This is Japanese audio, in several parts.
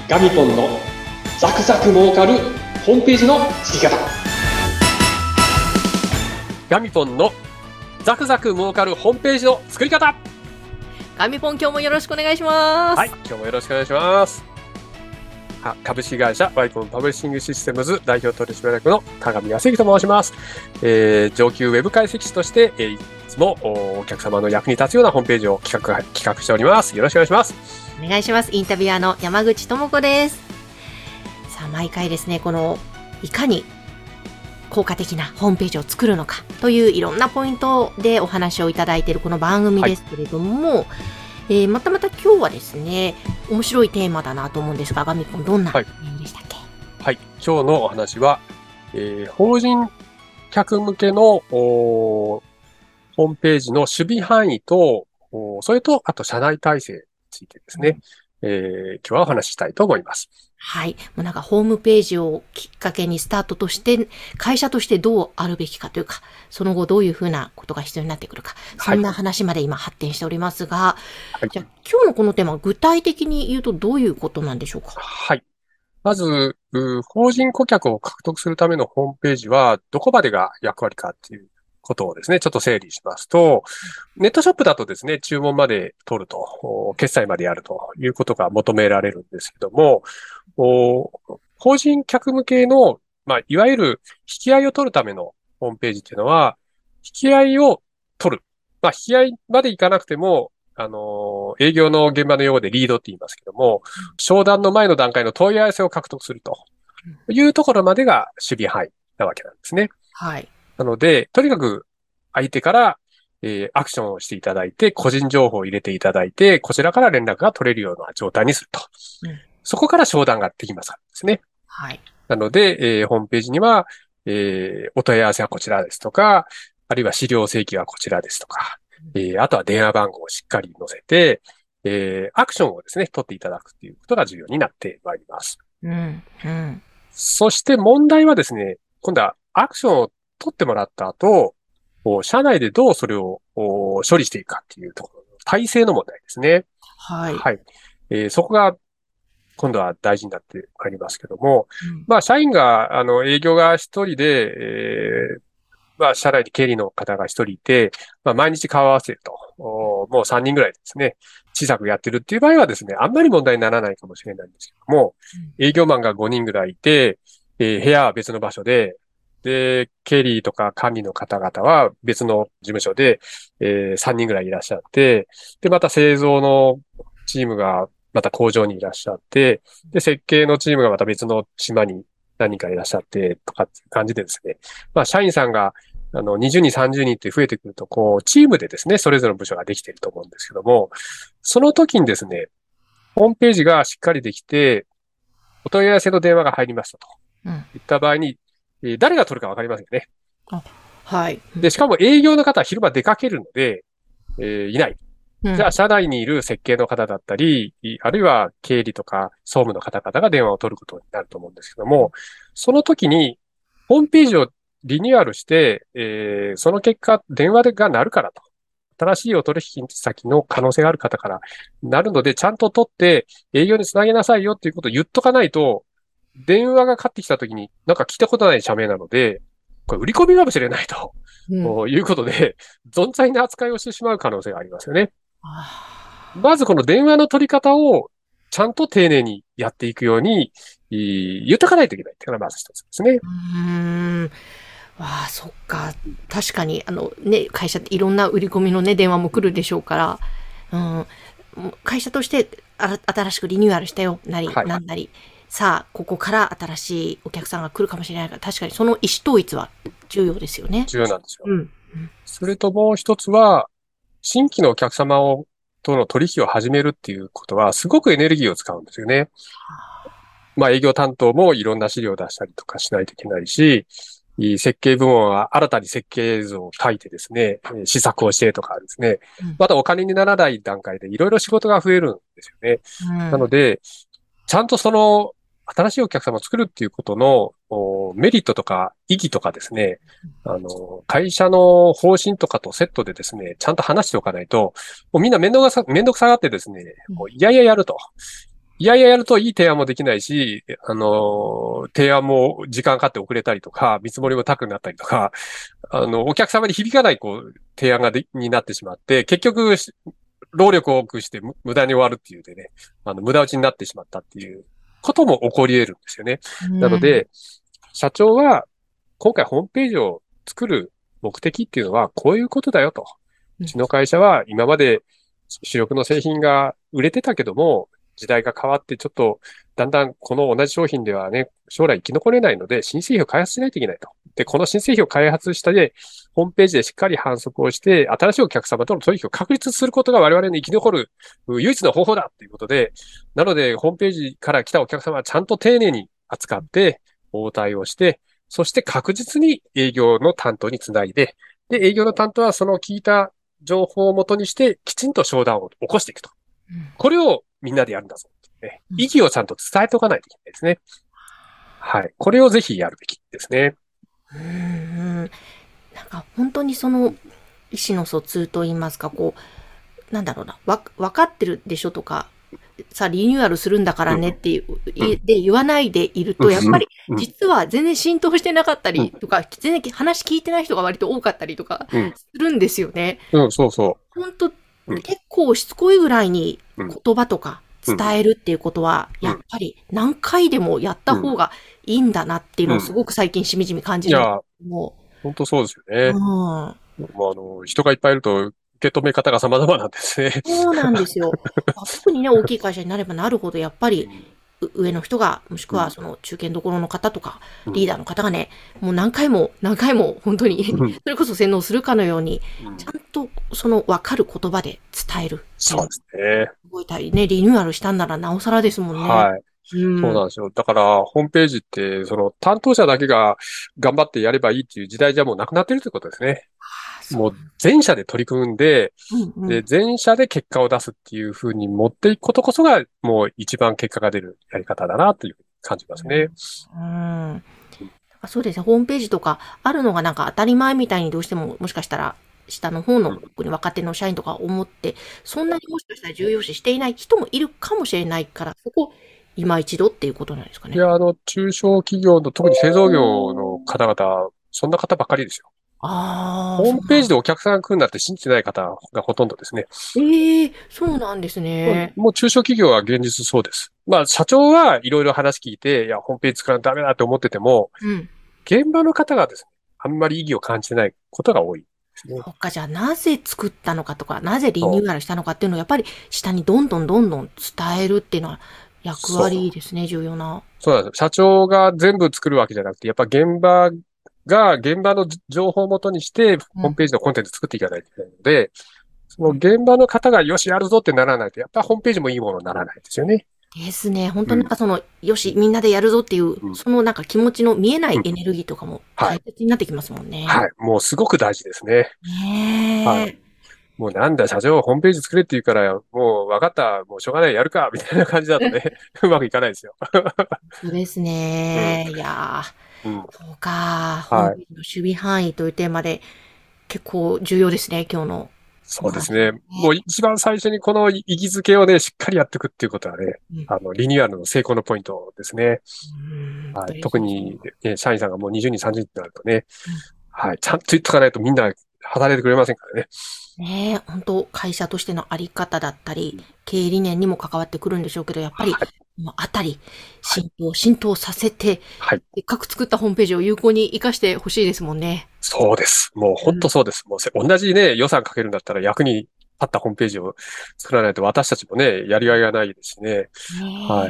ガミポンのザクザク儲かるホームページの作り方。 ガミポンのザクザク儲かるホームページの作り方。 ガミポン、今日もよろしくお願いします。 はい、今日もよろしくお願いします。株式会社ワイポンパブリッシングシステムズ代表取締役の田上康之と申します。上級ウェブ解析士として、いつもお客様の役に立つようなホームページを企画しております。よろしくお願いします。 お願いします。インタビュアーの山口智子です。さあ、毎回ですね、このいかに効果的なホームページを作るのかといういろんなポイントでお話をいただいているこの番組ですけれども、また今日はですね、面白いテーマだなと思うんですが、ガミポン、どんな内容でしたっけ？ はい、今日のお話は、法人客向けのホームページの守備範囲と、それとあと社内体制についてですね、今日はお話ししたいと思います。 はい。もうなんかホームページをきっかけにスタートとして、会社としてどうあるべきかというか、その後どういうふうなことが必要になってくるか、そんな話まで今発展しておりますが、 はい、 じゃあ今日のこのテーマ、具体的に言うとどういうことなんでしょうか？ はい。まず、法人顧客を獲得するためのホームページは、どこまでが役割かっていうことをですね、ちょっと整理しますと、ネットショップだとですね、注文まで取ると、決済までやるということが求められるんですけども、法人客向けの、いわゆる引き合いを取るためのホームページっていうのは、引き合いを取る。引き合いまでいかなくても、営業の現場の用語でリードって言いますけども、商談の前の段階の問い合わせを獲得するというところまでが守備範囲なわけなんですね。 はい。 なので、とにかく相手から、アクションをしていただいて、個人情報を入れていただいて、こちらから連絡が取れるような状態にすると。そこから商談ができますからですね。 はい。 なので、ホームページには、お問い合わせはこちらですとか、あるいは資料請求はこちらですとか、あとは電話番号をしっかり載せて、アクションをですね、取っていただくっていうことが重要になってまいります。そして問題はですね、今度はアクションを取ってもらった後、社内でどうそれを処理していくかっていうところの体制の問題ですね。 はい。 はい。そこが今度は大事になってまいりますけども、社員が、営業が一人で、社内に経理の方が一人いて、毎日顔を合わせると、もう3人ぐらいですね、小さくやってるっていう場合はですね、あんまり問題にならないかもしれないんですけども、営業マンが5人ぐらいいて、部屋は別の場所で、経理とか管理の方々は別の事務所で、3人ぐらいいらっしゃって、で、また製造のチームがまた工場にいらっしゃって、で、設計のチームがまた別の島に何人かいらっしゃって、とかっていう感じでですね。社員さんが、20人、30人って増えてくると、チームでですね、それぞれの部署ができていると思うんですけども、その時にですね、ホームページがしっかりできて、お問い合わせの電話が入りましたと。いった場合に、誰が取るかわかりますよね。 はい。 で、しかも営業の方は昼間出かけるので、いない。じゃあ、社内にいる設計の方だったり、あるいは経理とか総務の方々が電話を取ることになると思うんですけども、その時に、ホームページをリニューアルして、その結果、電話が鳴るからと。新しいお取引先の可能性がある方からなるので、ちゃんと取って営業につなげなさいよっていうことを言っとかないと、電話がかかってきた時になんか聞いたことない社名なので、これ売り込みかもしれないと、いうことで、存在な扱いをしてしまう可能性がありますよね。まずこの電話の取り方をちゃんと丁寧にやっていくように言っとかないといけないっていうのがまず一つですね。 そっか。確かに、会社っていろんな売り込みのね、電話も来るでしょうから、会社として新しくリニューアルしたよ、なんなり。さあ、ここから新しいお客さんが来るかもしれないから、確かにその意思統一は重要ですよね。 重要なんですよ。それともう一つは、新規のお客様との取引を始めるっていうことは、すごくエネルギーを使うんですよね。営業担当もいろんな資料を出したりとかしないといけないし、設計部門は新たに設計図を書いてですね、試作をしてとかですね、またお金にならない段階でいろいろ仕事が増えるんですよね。なので、ちゃんとその新しいお客様を作るっていうことのメリットとか意義とかですね、会社の方針とかとセットでですね、ちゃんと話しておかないと、もうみんな面倒くさがってですね、もういやいややるといやいややるといい提案もできないし、提案も時間かかって遅れたりとか、見積もりも高くなったりとか、お客様に響かない、提案になってしまって、結局、労力を多くして無駄に終わるっていうでね、無駄打ちになってしまったっていうことも起こり得るんですよね。なので、社長は、今回ホームページを作る目的っていうのは、こういうことだよと。うちの会社は今まで主力の製品が売れてたけども、時代が変わってちょっと、だんだんこの同じ商品ではね、将来生き残れないので、新製品を開発しないといけないと。で、この新製品を開発したで、ホームページでしっかり販促をして、新しいお客様との取引を確立することが我々の生き残る唯一の方法だということで、なので、ホームページから来たお客様はちゃんと丁寧に扱って、応対をして、そして確実に営業の担当につないで、で、営業の担当はその聞いた情報をもとにして、きちんと商談を起こしていくと。これをみんなでやるんだぞってね。意義をちゃんと伝えておかないといけないですね。はい。これをぜひやるべきですね。 なんか本当にその意思の疎通といいますか、なんだろうな、わかってるでしょとか、さあリニューアルするんだからねってで言わないでいると、やっぱり実は全然浸透してなかったりとか、全然話聞いてない人が割と多かったりとかするんですよね。 そうそう。 本当結構しつこいぐらいに言葉とか伝えるっていうことは、やっぱり何回でもやった方がいいんだなっていうのをすごく最近しみじみ感じる。 いや、本当そうですよね。もう人がいっぱいいると受け止め方が様々なんですね。 そうなんですよ。特にね、大きい会社になればなるほど、やっぱり、上の人が、もしくはその中堅どころの方とか、リーダーの方がね、もう何回も本当に、それこそ洗脳するかのように、ちゃんとその分かる言葉で伝える。 そうですね。 すごい大ね、リニューアルしたんならなおさらですもんね。 はい。そうなんですよ。だから、ホームページって、その担当者だけが頑張ってやればいいっていう時代じゃもうなくなってるということですね。もう全社で取り組んで、で、全社で結果を出すっていう風に持っていくことこそが、もう一番結果が出るやり方だなという感じますね。 そうですね。ホームページとかあるのがなんか当たり前みたいにどうしても、もしかしたら下の方の特に若手の社員とか思って、そんなにもしかしたら重要視していない人もいるかもしれないから、そこ今一度っていうことなんですかね。 いや、中小企業の特に製造業の方々、そんな方ばかりですよ。ホームページでお客さんが来るんだって信じてない方がほとんどですね。 そうなんですね。 もう中小企業は現実そうです。まあ、社長はいろいろ話聞いて、いや、ホームページ作らないとダメだって思ってても、現場の方がですね、あんまり意義を感じてないことが多いですね。 そっか、じゃあなぜ作ったのかとか、なぜリニューアルしたのかっていうのをやっぱり下にどんどん伝えるっていうのは役割ですね、重要な。 そうなんです。社長が全部作るわけじゃなくて、やっぱ現場の情報をもとにして、ホームページのコンテンツ作っていかないといけないので、その現場の方がよしやるぞってならないと、やっぱホームページもいいものにならないですよね。 ですね。本当になんかその、よし、みんなでやるぞっていう、そのなんか気持ちの見えないエネルギーとかも大切になってきますもんね。 はい。もうすごく大事ですね。はい。もうなんだ、社長、ホームページ作れって言うから、もう分かった、もうしょうがない、やるか、みたいな感じだとね、うまくいかないですよ。 そうですね。いやー、そうか。ホームページの守備範囲というテーマで、結構重要ですね、今日の。 そうですね。もう一番最初にこの意義づけをね、しっかりやっていくっていうことはね、リニューアルの成功のポイントですね。はい、特に、社員さんがもう20人、30人になるとね、はい、ちゃんと言っとかないとみんな働いてくれませんからね。 ねえ、本当会社としてのあり方だったり、経営理念にも関わってくるんでしょうけど、やっぱり、あたり、浸透させて、せっかく作ったホームページを有効に活かしてほしいですもんね。 そうです。もう本当そうです。もう同じね、予算かけるんだったら役に立ったホームページを作らないと私たちもね、やりがいがないですしね。はい。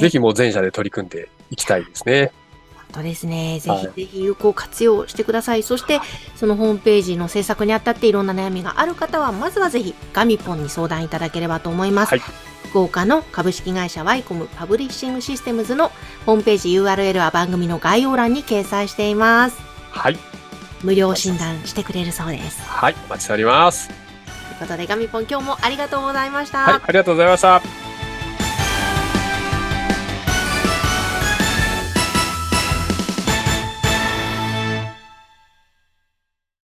ぜひもう全社で取り組んでいきたいですね。 本当ですね。ぜひぜひ有効活用してください。そして、そのホームページの制作にあたっていろんな悩みがある方は、まずはぜひガミポンに相談いただければと思います。福岡の株式会社ワイコムパブリッシングシステムズのホームページ URL は番組の概要欄に掲載しています。 はい。 無料診断してくれるそうです。 はい。お待ちしております。ということで、ガミポン今日もありがとうございました。 はい。ありがとうございました。